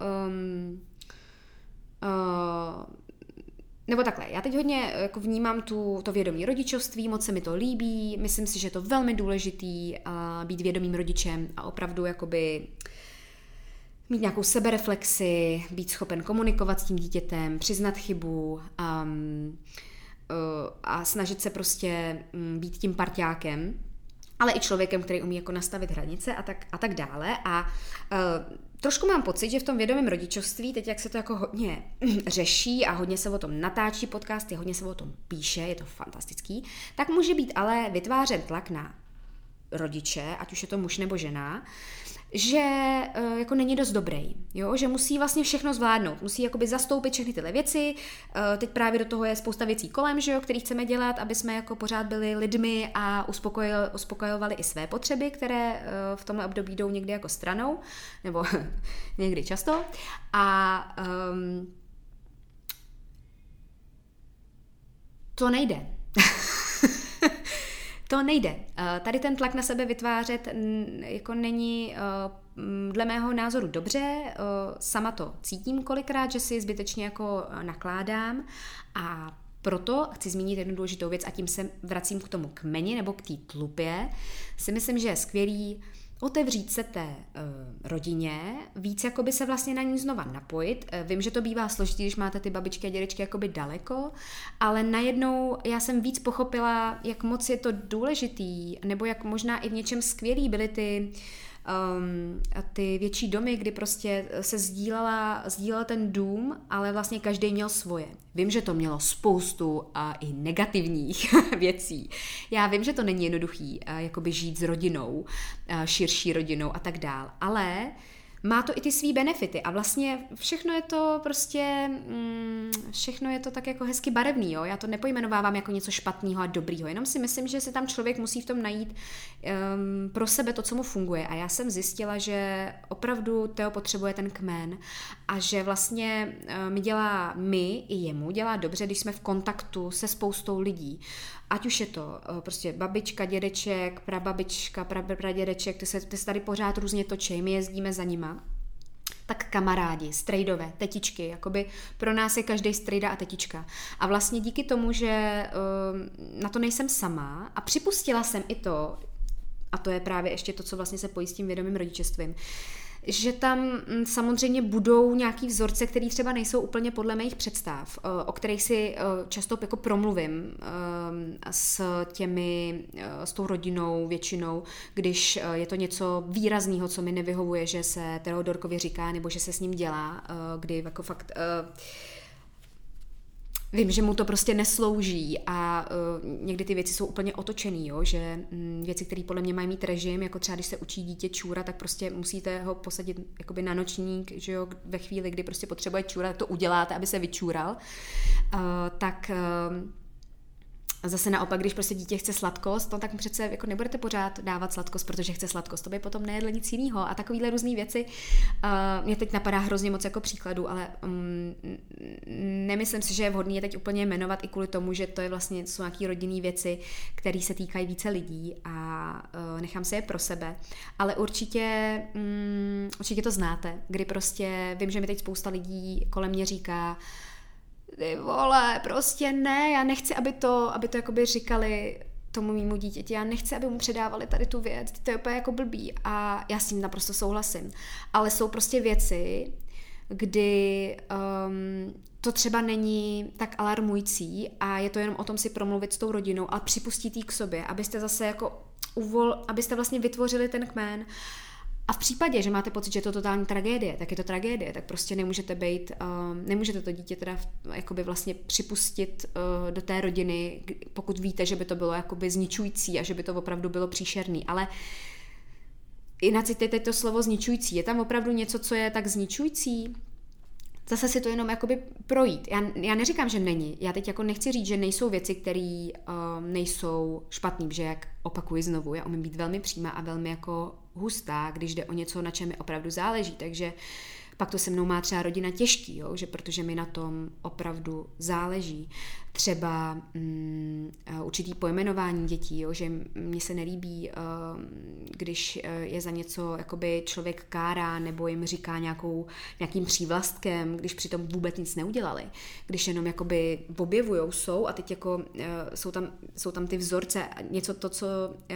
nebo takhle, já teď hodně jako vnímám to vědomí rodičovství, moc se mi to líbí, myslím si, že je to velmi důležitý být vědomým rodičem a opravdu jakoby mít nějakou sebereflexi, být schopen komunikovat s tím dítětem, přiznat chybu a snažit se prostě být tím parťákem, ale i člověkem, který umí jako nastavit hranice a tak dále. A trošku mám pocit, že v tom vědomém rodičovství, teď jak se to jako hodně řeší a hodně se o tom natáčí podcasty, hodně se o tom píše, je to fantastický, tak může být ale vytvářen tlak na rodiče, ať už je to muž nebo žena, že jako není dost dobrý, jo? Že musí vlastně všechno zvládnout, musí jakoby zastoupit všechny tyhle věci, teď právě do toho je spousta věcí kolem, že jo, který chceme dělat, aby jsme jako pořád byli lidmi a uspokojovali i své potřeby, které v tomhle období jdou někdy jako stranou, nebo někdy často a to nejde. To nejde. Tady ten tlak na sebe vytvářet jako není dle mého názoru dobře. Sama to cítím kolikrát, že si zbytečně jako nakládám a Proto chci zmínit jednu důležitou věc a tím se vracím k tomu kmeni nebo k té tlupě. Si myslím, že je skvělý otevřít se té rodině, víc jakoby se vlastně na ní znova napojit. Vím, že to bývá složitý, když máte ty babičky a dědečky jakoby daleko, ale najednou já jsem víc pochopila, jak moc je to důležitý, nebo jak možná i v něčem skvělý byly ty větší domy, kdy prostě se sdílel ten dům, ale vlastně každý měl svoje. Vím, že to mělo spoustu i negativních věcí. Já vím, že to není jednoduchý jakoby žít s rodinou, širší rodinou a tak dál, ale má to i ty svý benefity a vlastně všechno je to prostě, všechno je to tak jako hezky barevný, jo? Já to nepojmenovávám jako něco špatného a dobrýho, jenom si myslím, že si tam člověk musí v tom najít pro sebe to, co mu funguje a já jsem zjistila, že opravdu Teo potřebuje ten kmen a že vlastně mi i jemu dělá dobře, když jsme v kontaktu se spoustou lidí. Ať už je to prostě babička, dědeček, prababička, pradědeček, ty se tady pořád různě točí, my jezdíme za nima. Tak kamarádi, strejdové, tetičky, jakoby pro nás je každý strejda a tetička. A vlastně díky tomu, že na to nejsem sama a připustila jsem i to, a to je právě ještě to, co vlastně se pojí s tím vědomým rodičestvím, že tam samozřejmě budou nějaký vzorce, které třeba nejsou úplně podle mých představ, o kterých si často jako promluvím s tou rodinou většinou, když je to něco výrazného, co mi nevyhovuje, že se Teodorkovi říká, nebo že se s ním dělá, kdy jako fakt vím, že mu to prostě neslouží a někdy ty věci jsou úplně otočený, jo? Že věci, které podle mě mají mít režim, jako třeba když se učí dítě čůrat, tak prostě musíte ho posadit jakoby na nočník, že jo? Ve chvíli, kdy prostě potřebuje čůrat, tak to uděláte, aby se vyčůral. A zase naopak, když prostě dítě chce sladkost, no tak přece jako nebudete pořád dávat sladkost, protože chce sladkost, to by potom nejedl nic jiného. A takovýhle různý věci mě teď napadá hrozně moc jako příkladů, ale nemyslím si, že je vhodný je teď úplně jmenovat i kvůli tomu, že to je vlastně, jsou nějaký rodinný věci, které se týkají více lidí a nechám se je pro sebe. Ale určitě to znáte, kdy prostě vím, že mi teď spousta lidí kolem mě říká, ty vole, prostě ne, já nechci, aby to jakoby říkali tomu mému dítěti, já nechci, aby mu předávali tady tu věc, to je úplně jako blbý a já s tím naprosto souhlasím. Ale jsou prostě věci, kdy to třeba není tak alarmující a je to jenom o tom si promluvit s tou rodinou a připustit jí k sobě, abyste zase jako abyste vlastně vytvořili ten kmen. A v případě, že máte pocit, že je to totální tragédie, tak je to tragédie, tak prostě nemůžete to dítě teda jakoby vlastně připustit do té rodiny, pokud víte, že by to bylo jakoby zničující a že by to opravdu bylo příšerný. Ale i nacitujte to slovo zničující. Je tam opravdu něco, co je tak zničující? Zase si to jenom jakoby projít. Já neříkám, že není. Já teď jako nechci říct, že nejsou věci, které nejsou špatný, že jak opakuji znovu, já umím být velmi přímá a velmi jako hustá, když jde o něco, na čem mi opravdu záleží. Takže pak to se mnou má třeba rodina těžký, jo? Že protože mi na tom opravdu záleží. Třeba určitý pojmenování dětí, jo? Že mně se nelíbí, když je za něco jakoby člověk kárá nebo jim říká nějakým přívlastkem, když přitom vůbec nic neudělali. Když jenom jakoby objevujou, a teď jako jsou tam ty vzorce, něco to, co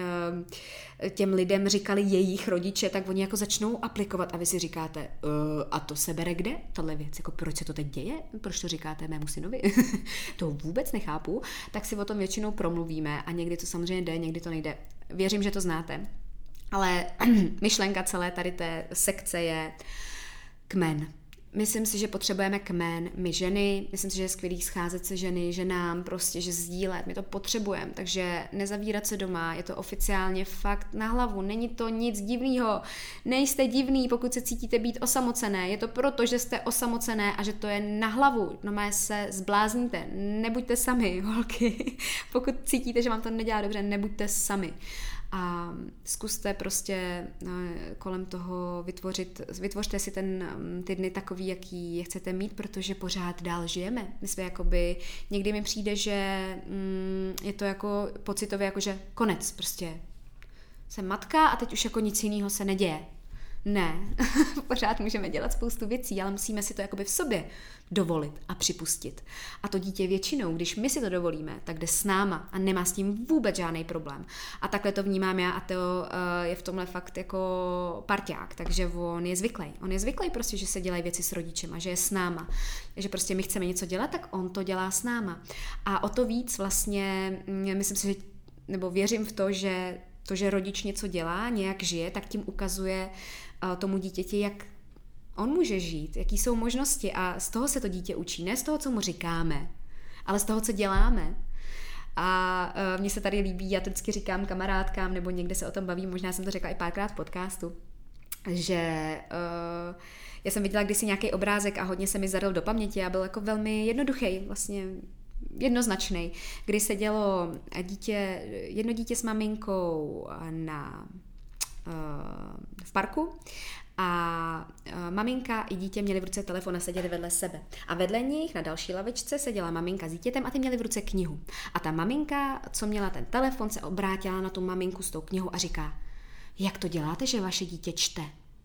těm lidem říkali jejich rodiče, tak oni jako začnou aplikovat a vy si říkáte, a to se bere kde? Tahle věc, jako proč se to teď děje? Proč to říkáte mému synovi? To vůbec nechápu. Tak si o tom většinou promluvíme a někdy to samozřejmě jde, někdy to nejde. Věřím, že to znáte. Ale myšlenka celé tady té sekce je kmen. Myslím si, že potřebujeme kmen, my ženy, myslím si, že je skvělý scházet se ženám, prostě, že sdílet, my to potřebujeme, takže nezavírat se doma, je to oficiálně fakt na hlavu, není to nic divného, nejste divný, pokud se cítíte být osamocené, je to proto, že jste osamocené a že to je na hlavu, no se zblázníte, nebuďte sami, holky, pokud cítíte, že vám to nedělá dobře, nebuďte sami. A zkuste prostě kolem toho vytvořte si ty dny takový, jaký je chcete mít, protože pořád dál žijeme. My jsme jakoby, někdy mi přijde, že je to jako pocitově, jako že konec prostě. Jsem matka a teď už jako nic jiného se neděje. Ne, pořád můžeme dělat spoustu věcí, ale musíme si to jakoby v sobě dovolit a připustit. A to dítě většinou, když my si to dovolíme, tak jde s náma a nemá s tím vůbec žádný problém. A takhle to vnímám já a to je v tomhle fakt jako parťák, takže on je zvyklý. On je zvyklý prostě, že se dělají věci s rodičema, že je s náma, že prostě my chceme něco dělat, tak on to dělá s náma. A o to víc vlastně, myslím si, nebo věřím v to, že rodič něco dělá, nějak žije, tak tím ukazuje tomu dítěti, jak on může žít, jaký jsou možnosti a z toho se to dítě učí, ne z toho, co mu říkáme, ale z toho, co děláme. A mně se tady líbí, já to vždycky říkám kamarádkám, nebo někde se o tom bavím, možná jsem to řekla i párkrát v podcastu, že já jsem viděla kdysi nějaký obrázek a hodně se mi zadal do paměti a byl jako velmi jednoduchý, vlastně jednoznačný, kdy sedělo jedno dítě s maminkou v parku a maminka i dítě měli v ruce telefon a seděli vedle sebe. A vedle nich na další lavičce seděla maminka s dítětem a ty měli v ruce knihu. A ta maminka, co měla ten telefon, se obrátila na tu maminku s tou knihou a říká: jak to děláte, že vaše dítě čte?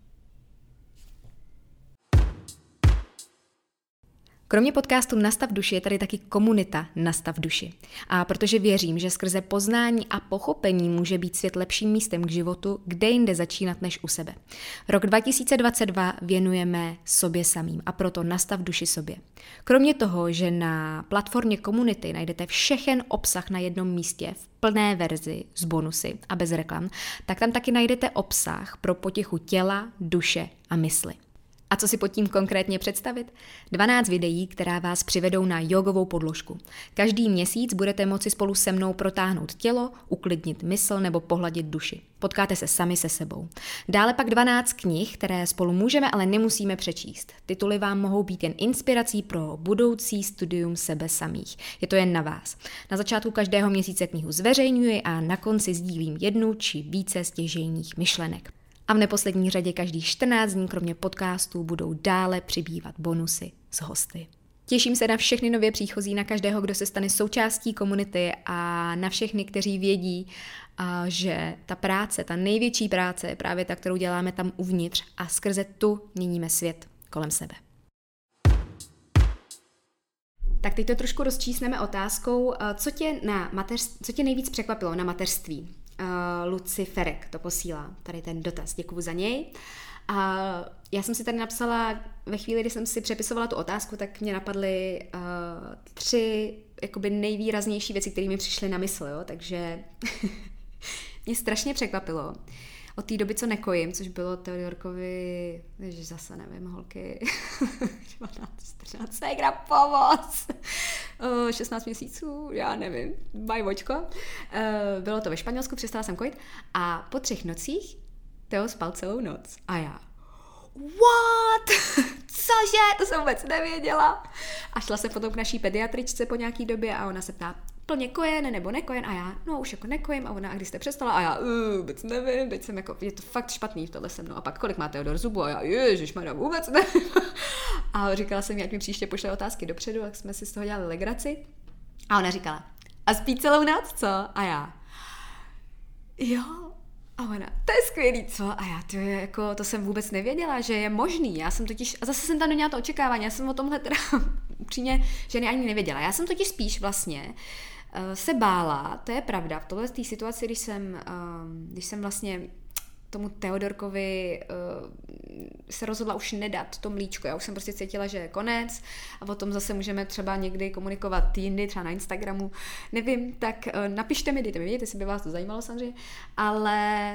Kromě podcastu Nastav duši je tady taky komunita Nastav duši. A protože věřím, že skrze poznání a pochopení může být svět lepším místem k životu, kde jinde začínat než u sebe. Rok 2022 věnujeme sobě samým a proto Nastav duši sobě. Kromě toho, že na platformě komunity najdete všechen obsah na jednom místě v plné verzi s bonusy a bez reklam, tak tam taky najdete obsah pro potěchu těla, duše a mysli. A co si pod tím konkrétně představit? 12 videí, která vás přivedou na jogovou podložku. Každý měsíc budete moci spolu se mnou protáhnout tělo, uklidnit mysl nebo pohladit duši. Potkáte se sami se sebou. Dále pak 12 knih, které spolu můžeme, ale nemusíme přečíst. Tituly vám mohou být jen inspirací pro budoucí studium sebe samých. Je to jen na vás. Na začátku každého měsíce knihu zveřejňuji a na konci sdílím jednu či více stěžejních myšlenek. A v neposlední řadě každých 14 dní kromě podcastů budou dále přibývat bonusy s hosty. Těším se na všechny nově příchozí, na každého, kdo se stane součástí komunity a na všechny, kteří vědí, že ta práce, ta největší práce je právě ta, kterou děláme tam uvnitř a skrze tu měníme svět kolem sebe. Tak teď to trošku rozčísneme otázkou, co tě nejvíc překvapilo na mateřství? Luci Ferek to posílá, tady ten dotaz, děkuju za něj. A já jsem si tady napsala, ve chvíli, kdy jsem si přepisovala tu otázku, tak mě napadly 3 jakoby nejvýraznější věci, které mi přišly na mysl, jo? Takže mě strašně překvapilo. Od té doby, co nekojím, což bylo Teodorkovi, zase nevím, holky, 14, ségra, pomoc, 16 měsíců, já nevím, bajvočko. Bylo to ve Španělsku, přestala jsem kojit a po 3 nocích Teo spal celou noc a já: what? Cože? To jsem vůbec nevěděla. A šla jsem potom k naší pediatričce po nějaký době a ona se ptá: plně kojen nebo nekojen? A já: no už jako nekojím. A ona: a když jste přestala? A já: vůbec nevím, teď jsem jako, je to fakt špatný v tohle se mnou. A pak kolik má Teodor zubů? A já: ježišmarja, vůbec nevím. A říkala jsem jí, ať mi příště pošle otázky dopředu, tak jsme si z toho dělali legraci. A ona říkala: a spí celou noc, co? A já: jo. A ona: to je skvělý, co? A já, to jsem vůbec nevěděla, že je možný. Já jsem totiž, a zase jsem tam neměla to očekávání, já jsem o tomhle teda upřímně ženy ani nevěděla. Já jsem totiž spíš vlastně se bála, to je pravda, v tohle té situaci, když jsem vlastně tomu Teodorkovi se rozhodla už nedat to mlíčko. Já už jsem prostě cítila, že je konec a o tom zase můžeme třeba někdy komunikovat jindy, třeba na Instagramu. Nevím, tak napište mi, dejte mi vědět, jestli by vás to zajímalo samozřejmě. Ale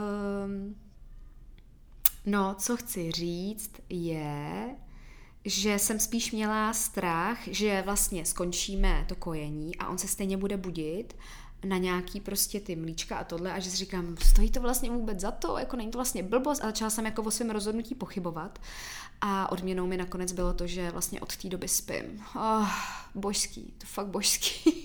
co chci říct je, že jsem spíš měla strach, že vlastně skončíme to kojení a on se stejně bude budit na nějaký prostě ty mlíčka a tohle a že si říkám, stojí to vlastně vůbec za to, jako není to vlastně blbost, a začala jsem jako o svém rozhodnutí pochybovat a odměnou mi nakonec bylo to, že vlastně od té doby spím. Božský, to fakt božský.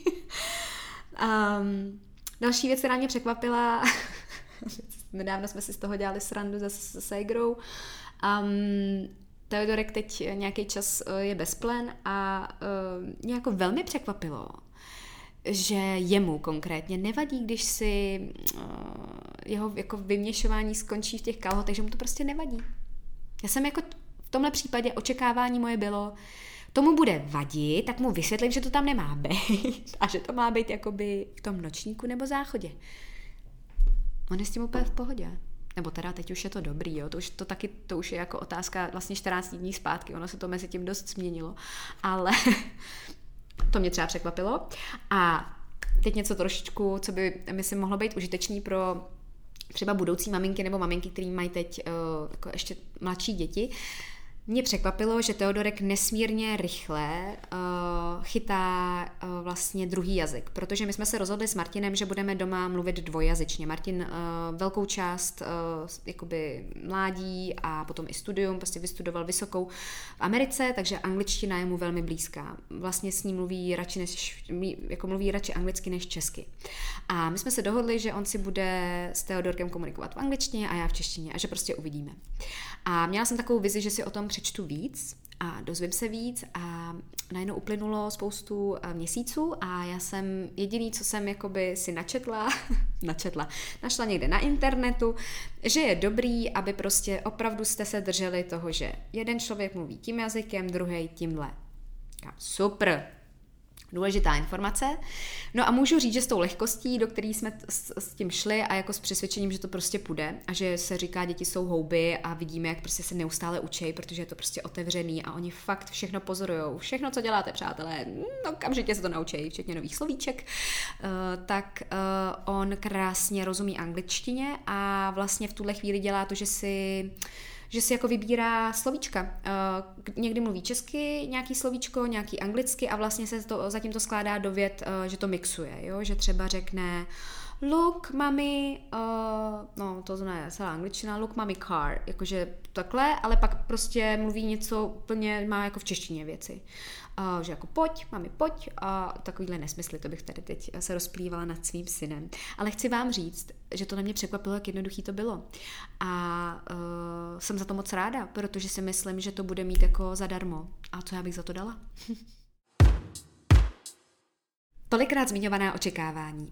Další věc, která mě překvapila, nedávno jsme si z toho dělali srandu se ségrou, Teodorek teď nějaký čas je bez plen a mě jako velmi překvapilo, že jemu konkrétně nevadí, když si jeho jako vyměšování skončí v těch kalhotech, že mu to prostě nevadí. Já jsem jako v tomhle případě očekávání moje bylo, tomu bude vadit, tak mu vysvětlím, že to tam nemá být a že to má být jakoby v tom nočníku nebo záchodě. On je s tím úplně v pohodě. Nebo teda teď už je to dobrý, jo? To už je jako otázka vlastně 14 dní zpátky, ono se to mezi tím dost změnilo, ale to mě třeba překvapilo. A teď něco trošičku, co by myslím mohlo být užitečný pro třeba budoucí maminky nebo maminky, který mají teď jako ještě mladší děti. Mě překvapilo, že Teodorek nesmírně rychle chytá vlastně druhý jazyk, protože my jsme se rozhodli s Martinem, že budeme doma mluvit dvojjazyčně. Martin velkou část jakoby mládí a potom i studium, prostě vystudoval vysokou v Americe, takže angličtina je mu velmi blízká. Vlastně s ní mluví radši anglicky než česky. A my jsme se dohodli, že on si bude s Teodorkem komunikovat v angličtině a já v češtině a že prostě uvidíme. A měla jsem takovou vizi, že si o tom přečtu víc a dozvím se víc a najednou uplynulo spoustu měsíců a já jsem jediný, co jsem jakoby si našla někde na internetu, že je dobrý, aby prostě opravdu jste se drželi toho, že jeden člověk mluví tím jazykem, druhý tímhle. Super! Důležitá informace. No a můžu říct, že s tou lehkostí, do které jsme s tím šli a jako s přesvědčením, že to prostě půjde a že se říká, děti jsou houby a vidíme, jak prostě se neustále učí, protože je to prostě otevřený a oni fakt všechno pozorujou. Všechno, co děláte, přátelé, okamžitě se to naučí, včetně nových slovíček. Tak on krásně rozumí angličtině a vlastně v tuhle chvíli dělá to, že si jako vybírá slovíčka. Někdy mluví česky, nějaký slovíčko, nějaký anglicky a vlastně se to zatím to skládá do vět, že to mixuje, jo? Že třeba řekne look, mommy, to znamená celá angličtina, look, mommy, car, jakože takhle, ale pak prostě mluví něco úplně, má jako v češtině věci. Že jako pojď, mami, pojď a takovýhle nesmysly, to bych tady teď se rozplývala nad svým synem. Ale chci vám říct, že to na mě překvapilo, jak jednoduchý to bylo. A jsem za to moc ráda, protože si myslím, že to bude mít jako zadarmo. A co já bych za to dala? Tolikrát zmiňovaná očekávání.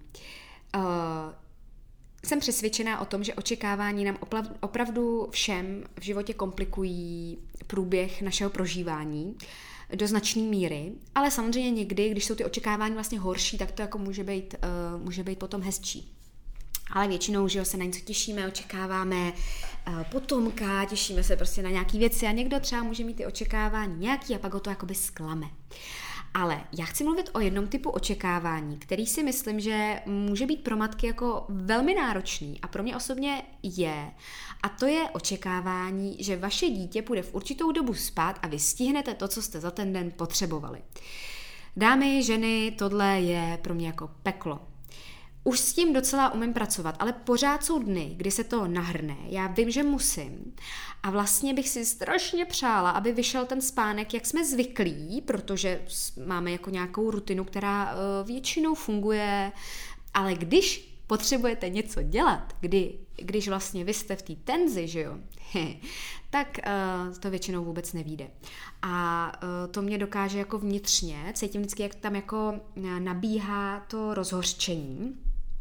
Jsem přesvědčená o tom, že očekávání nám opravdu všem v životě komplikují průběh našeho prožívání do značné míry, ale samozřejmě někdy, když jsou ty očekávání vlastně horší, tak to jako může být potom hezčí. Ale většinou, že se na něco těšíme, očekáváme potomka, těšíme se prostě na nějaký věci a někdo třeba může mít ty očekávání nějaký a pak ho to jakoby zklame. Ale já chci mluvit o jednom typu očekávání, který si myslím, že může být pro matky jako velmi náročný a pro mě osobně je. A to je očekávání, že vaše dítě půjde v určitou dobu spát a vy stihnete to, co jste za ten den potřebovali. Dámy, ženy, tohle je pro mě jako peklo. Už s tím docela umím pracovat, ale pořád jsou dny, kdy se to nahrne. Já vím, že musím. A vlastně bych si strašně přála, aby vyšel ten spánek, jak jsme zvyklí, protože máme jako nějakou rutinu, která většinou funguje. Ale když potřebujete něco dělat, když vlastně vy jste v té tenzi, že jo, tak to většinou vůbec nevyjde. A to mě dokáže jako vnitřně, cítím vždycky, jak tam jako nabíhá to rozhořčení.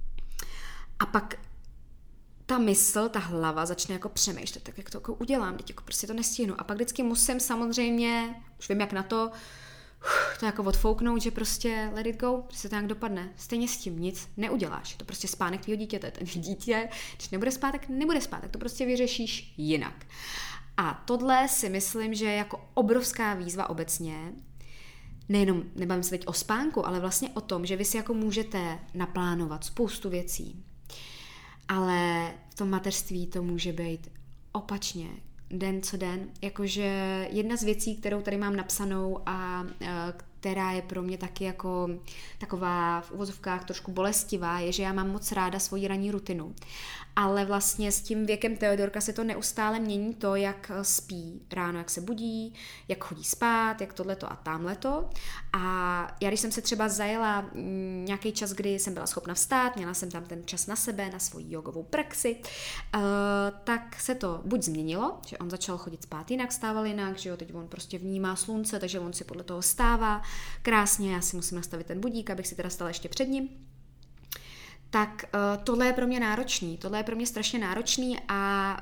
A pak ta mysl, ta hlava začne jako přemýšlet, tak jak to jako udělám, teď jako prostě to nestihnu. A pak vždycky musím samozřejmě, už vím jak na to jako odfouknout, že prostě let it go, prostě to nějak dopadne. Stejně s tím nic neuděláš. To prostě spánek tvýho dítěte. Ten dítě, když nebude spát, tak nebude spát, tak to prostě vyřešíš jinak. A tohle si myslím, že je jako obrovská výzva obecně, nejenom, nebavím se teď o spánku, ale vlastně o tom, že vy si jako můžete naplánovat spoustu věcí. Ale v tom mateřství to může být opačně, den co den. Jakože jedna z věcí, kterou tady mám napsanou a která je pro mě taky jako taková v uvozovkách trošku bolestivá, je, že já mám moc ráda svoji ranní rutinu. Ale vlastně s tím věkem Teodorka se to neustále mění to, jak spí ráno, jak se budí, jak chodí spát, jak tohleto a tamhleto. A já když jsem se třeba zajela nějaký čas, kdy jsem byla schopna vstát, měla jsem tam ten čas na sebe, na svoji jogovou praxi, tak se to buď změnilo, že on začal chodit spát jinak, stával jinak, že jo, teď on prostě vnímá slunce, takže on si podle toho stává krásně, já si musím nastavit ten budík, abych si teda stala ještě před ním. tak tohle je pro mě náročný. Tohle je pro mě strašně náročný a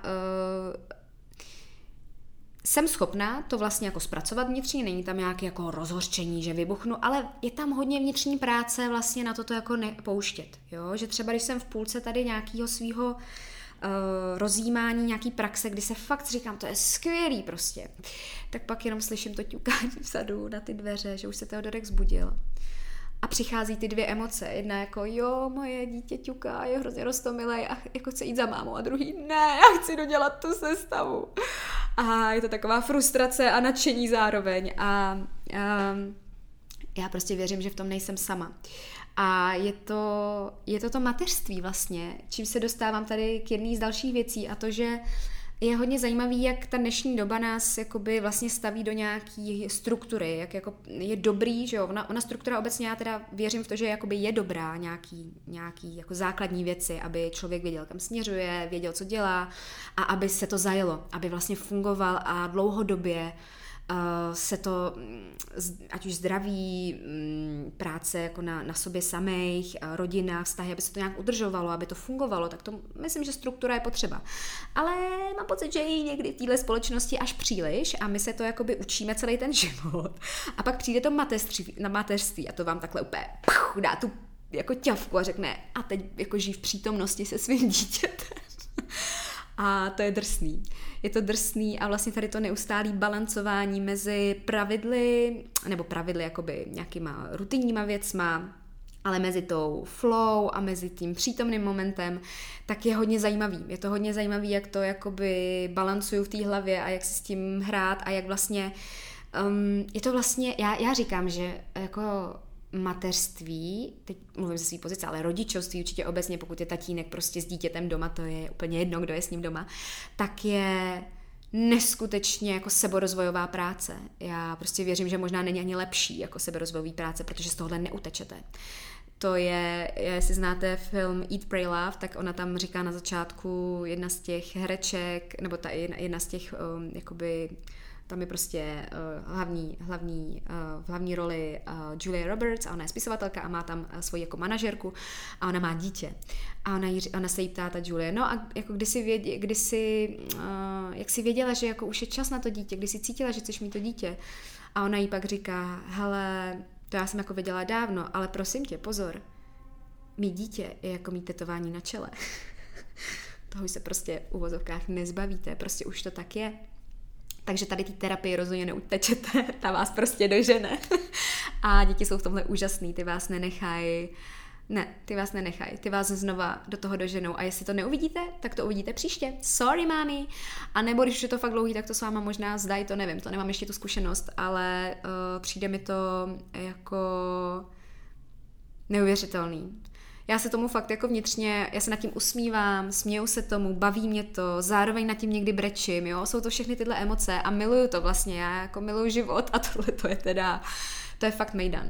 jsem schopná to vlastně jako zpracovat vnitřně, není tam nějaké jako rozhořčení, že vybuchnu, ale je tam hodně vnitřní práce vlastně na toto jako nepouštět, jo? Že třeba když jsem v půlce tady nějakého svýho rozjímání, nějaký praxe, kdy se fakt říkám, to je skvělý prostě, tak pak jenom slyším to ťukání vzadu na ty dveře, že už se Teodorek vzbudil. A přichází ty dvě emoce. Jedna jako, jo, moje dítě ťuká, je hrozně roztomilej a jako chce jít za mámou. A druhý, ne, já chci dodělat tu sestavu. A je to taková frustrace a nadšení zároveň. A já prostě věřím, že v tom nejsem sama. A je to mateřství vlastně, čím se dostávám tady k jedné z dalších věcí a to, že je hodně zajímavý, jak ta dnešní doba nás jakoby vlastně staví do nějaký struktury, jak jako je dobrý, že jo, ona struktura obecně, já teda věřím v to, že jakoby je dobrá, nějaký jako základní věci, aby člověk věděl, kam směřuje, věděl, co dělá a aby se to zajelo, aby vlastně fungoval a dlouhodobě se to, ať už zdraví, práce jako na sobě samých, rodina, vztahy, aby se to nějak udržovalo, aby to fungovalo, tak to myslím, že struktura je potřeba. Ale mám pocit, že je někdy v téhle společnosti až příliš a my se to jakoby učíme celý ten život. A pak přijde to mateřství a to vám takhle úplně dá tu jako ťavku a řekne a teď jako žij v přítomnosti se svým dítětem. A to je drsný. Je to drsný a vlastně tady to neustálý balancování mezi pravidly jakoby nějakýma rutinníma věcma, ale mezi tou flow a mezi tím přítomným momentem, tak je hodně zajímavý. Je to hodně zajímavý, jak to jakoby balancuju v té hlavě a jak si s tím hrát a jak vlastně je to vlastně, já říkám, že jako mateřství, teď mluvím ze svý pozice, ale rodičovství určitě obecně, pokud je tatínek prostě s dítětem doma, to je úplně jedno, kdo je s ním doma, tak je neskutečně jako seberozvojová práce. Já prostě věřím, že možná není ani lepší jako seberozvojový práce, protože z tohohle neutečete. To je, jestli znáte film Eat, Pray, Love, tak ona tam říká na začátku jedna z těch hereček, nebo ta jedna z těch jakoby tam je prostě v hlavní roli Julia Roberts a ona je spisovatelka a má tam svoji jako manažerku a ona má dítě. A ona se jí ptá ta Julia, no a jako jak jsi věděla, že jako už je čas na to dítě, kdy jsi cítila, že chceš mít to dítě. A ona jí pak říká, hele, to já jsem jako věděla dávno, ale prosím tě, pozor, mít dítě je jako mít tetování na čele. Toho už se prostě v uvozovkách nezbavíte, prostě už to tak je. Takže tady té terapii rozhodně neutečete, ta vás prostě dožene. A děti jsou v tomhle úžasný, ty vás nenechají, ty vás znova do toho doženou. A jestli to neuvidíte, tak to uvidíte příště. Sorry, mami. A nebo když už je to fakt dlouhý, tak to s váma možná zdají, to nevím, to nemám ještě tu zkušenost, ale přijde mi to jako neuvěřitelný. Já se tomu fakt jako vnitřně, já se nad tím usmívám, směju se tomu, baví mě to, zároveň nad tím někdy brečím, jo, jsou to všechny tyhle emoce a miluju to vlastně, já jako miluju život a tohle to je teda, to je fakt mejdan.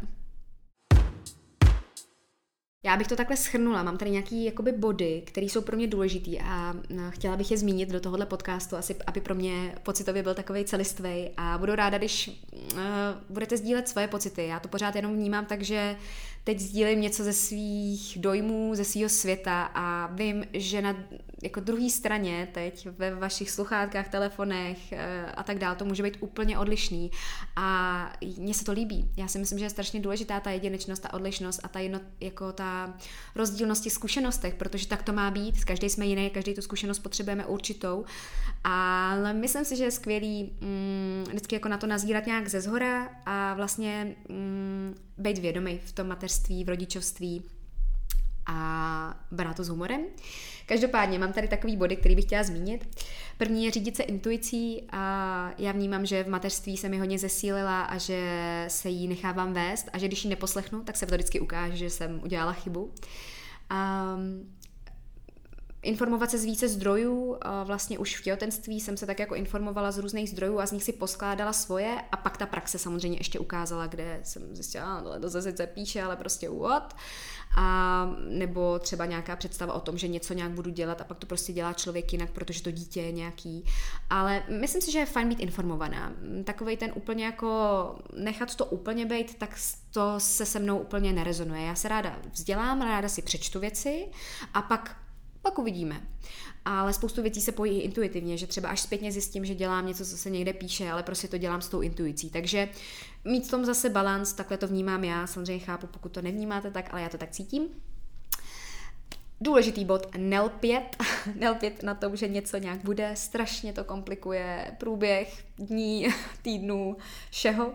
Já bych to takhle shrnula, mám tady nějaký jakoby body, které jsou pro mě důležitý a chtěla bych je zmínit do tohohle podcastu, asi aby pro mě pocitově byl takovej celistvej a budu ráda, když budete sdílet svoje pocity. Já to pořád jenom vnímám tak, že teď sdílím něco ze svých dojmů, ze svého světa a vím, že na jako druhé straně teď ve vašich sluchátkách, telefonech a tak dále to může být úplně odlišný a mně se to líbí. Já si myslím, že je strašně důležitá ta jedinečnost, ta odlišnost a ta rozdílnost v zkušenostech, protože tak to má být, každý jsme jiný, každý tu zkušenost potřebujeme určitou, ale myslím si, že je skvělý vždycky jako na to nazírat nějak ze zhora a vlastně být vědomý v tom mateřství, v rodičovství a brát to s humorem. Každopádně mám tady takový body, který bych chtěla zmínit. První je řídit se intuicí a já vnímám, že v mateřství se mi hodně zesílila a že se jí nechávám vést a že když ji neposlechnu, tak se to vždycky ukáže, že jsem udělala chybu. informovat se z více zdrojů, vlastně už v těhotenství jsem se tak jako informovala z různých zdrojů a z nich si poskládala svoje a pak ta praxe samozřejmě ještě ukázala, kde jsem zjistila, to se sice píše, ale prostě what? A nebo třeba nějaká představa o tom, že něco nějak budu dělat a pak to prostě dělá člověk jinak, protože to dítě je nějaký. Ale myslím si, že je fajn být informovaná. Takovej ten úplně jako nechat to úplně bejt, tak to se mnou úplně nerezonuje. Já se ráda vzdělám, ráda si přečtu věci a pak uvidíme. Ale spoustu věcí se pojí intuitivně, že třeba až zpětně zjistím, že dělám něco, co se někde píše, ale prostě to dělám s tou intuicí. Takže mít v tom zase balans, takhle to vnímám já, samozřejmě chápu, pokud to nevnímáte tak, ale já to tak cítím. Důležitý bod, nelpět na tom, že něco nějak bude, strašně to komplikuje průběh dní, týdnů, všeho.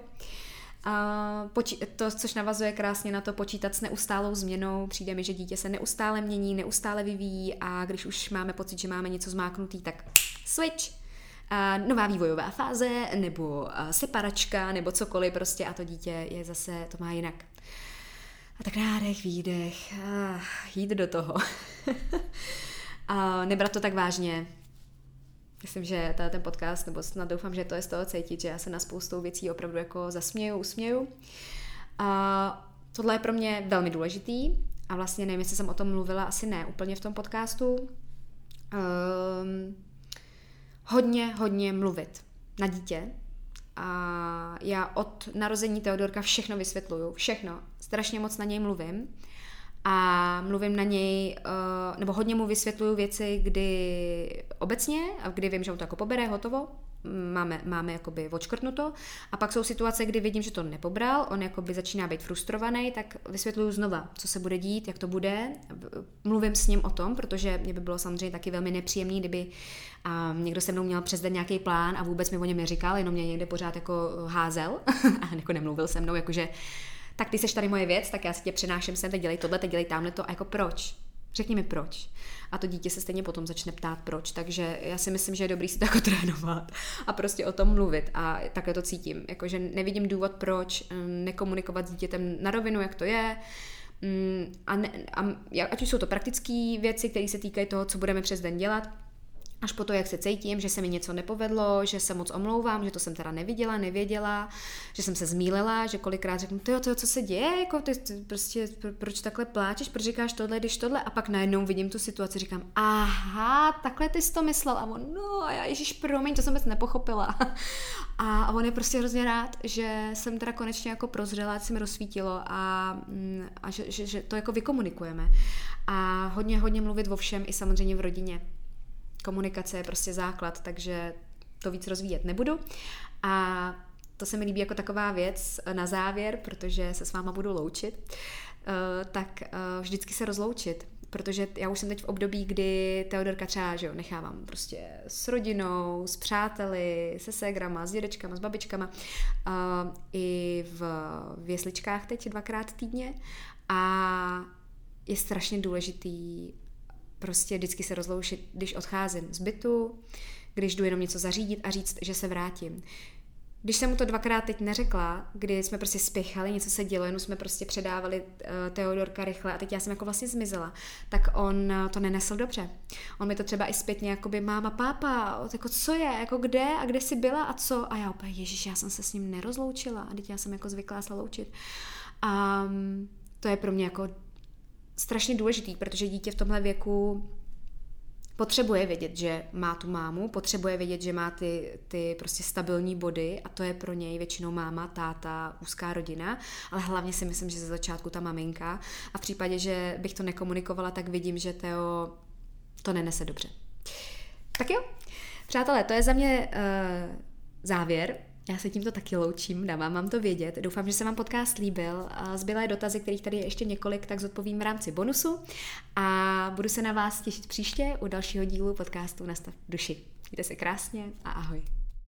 To, což navazuje krásně na to počítat s neustálou změnou. Přijde mi, že dítě se neustále mění, neustále vyvíjí a když už máme pocit, že máme něco zmáknutý, tak switch, nová vývojová fáze nebo separačka nebo cokoliv prostě a to dítě je zase, to má jinak. A tak nádech, výdech, jít do toho. A nebrat to tak vážně. Myslím, že ten podcast, nebo snad doufám, že to je z toho cítit, že já se na spoustou věcí opravdu jako zasměju, usměju. A tohle je pro mě velmi důležitý a vlastně nevím, jestli jsem o tom mluvila, asi ne úplně v tom podcastu. Hodně mluvit na dítě. A já od narození Teodorka všechno vysvětluju, všechno. Strašně moc na něj mluvím. A mluvím na něj, nebo hodně mu vysvětluju věci, kdy obecně, a kdy vím, že on to jako pobere, hotovo, máme jakoby odškrtnuto. A pak jsou situace, kdy vidím, že to nepobral, on jakoby začíná být frustrovaný, tak vysvětluju znova, co se bude dít, jak to bude. Mluvím s ním o tom, protože mě by bylo samozřejmě taky velmi nepříjemný, kdyby někdo se mnou měl přes den nějaký plán a vůbec mi o něm neříkal, jenom mě někde pořád jako házel a jako nemluvil se mnou, jakože tak ty seš tady moje věc, tak já si tě přenáším sem, teď dělej tohle, teď dělej tamhle to a jako proč? Řekni mi proč. A to dítě se stejně potom začne ptát proč, takže já si myslím, že je dobrý si to jako trénovat a prostě o tom mluvit a takhle to cítím, jakože nevidím důvod proč nekomunikovat s dítětem na rovinu, jak to je, ať už jsou to praktické věci, které se týkají toho, co budeme přes den dělat, až po to, jak se cítím, že se mi něco nepovedlo, že se moc omlouvám, že to jsem teda nevěděla, že jsem se zmýlila, že kolikrát řeknu, tyjo, co se děje, jako ty prostě, proč takhle pláčeš, proč říkáš tohle, když tohle, a pak najednou vidím tu situaci, říkám, aha, takhle ty jsi to myslel, a on, no, a já, ježiš, promiň, to jsem vůbec nepochopila. A on je prostě hrozně rád, že jsem teda konečně jako prozřela, se mi rozsvítilo a že to jako vykomunikujeme. A hodně mluvit o všem i samozřejmě v rodině. Komunikace je prostě základ, takže to víc rozvíjet nebudu. A to se mi líbí jako taková věc na závěr, protože se s váma budu loučit, tak vždycky se rozloučit, protože já už jsem teď v období, kdy Teodorka třeba, že jo, nechávám prostě s rodinou, s přáteli, se ségrama, s dědečkama, s babičkama, i v jesličkách teď 2x týdně a je strašně důležitý prostě vždycky se rozloučit, když odcházím z bytu, když jdu jenom něco zařídit a říct, že se vrátím. Když jsem mu to 2x teď neřekla, kdy jsme prostě spěchali, něco se dělo, jenom jsme prostě předávali Teodorka rychle a teď já jsem jako vlastně zmizela, tak on to nenesl dobře. On mi to třeba i zpětně jakoby máma, pápa, jako co je, jako kde a kde jsi byla a co? A já úplně, ježiš, já jsem se s ním nerozloučila a teď já jsem jako zvyklá se loučit. A to je pro mě jako strašně důležitý, protože dítě v tomhle věku potřebuje vědět, že má tu mámu, potřebuje vědět, že má ty prostě stabilní body a to je pro něj většinou máma, táta, úzká rodina, ale hlavně si myslím, že ze začátku ta maminka a v případě, že bych to nekomunikovala, tak vidím, že Teo to nenese dobře. Tak jo, přátelé, to je za mě závěr. Já se tímto taky loučím, dávám vám to vědět. Doufám, že se vám podcast líbil. Zbylé dotazy, kterých tady je ještě několik, tak zodpovím v rámci bonusu a budu se na vás těšit příště u dalšího dílu podcastu Nastav duši. Mějte se krásně a ahoj.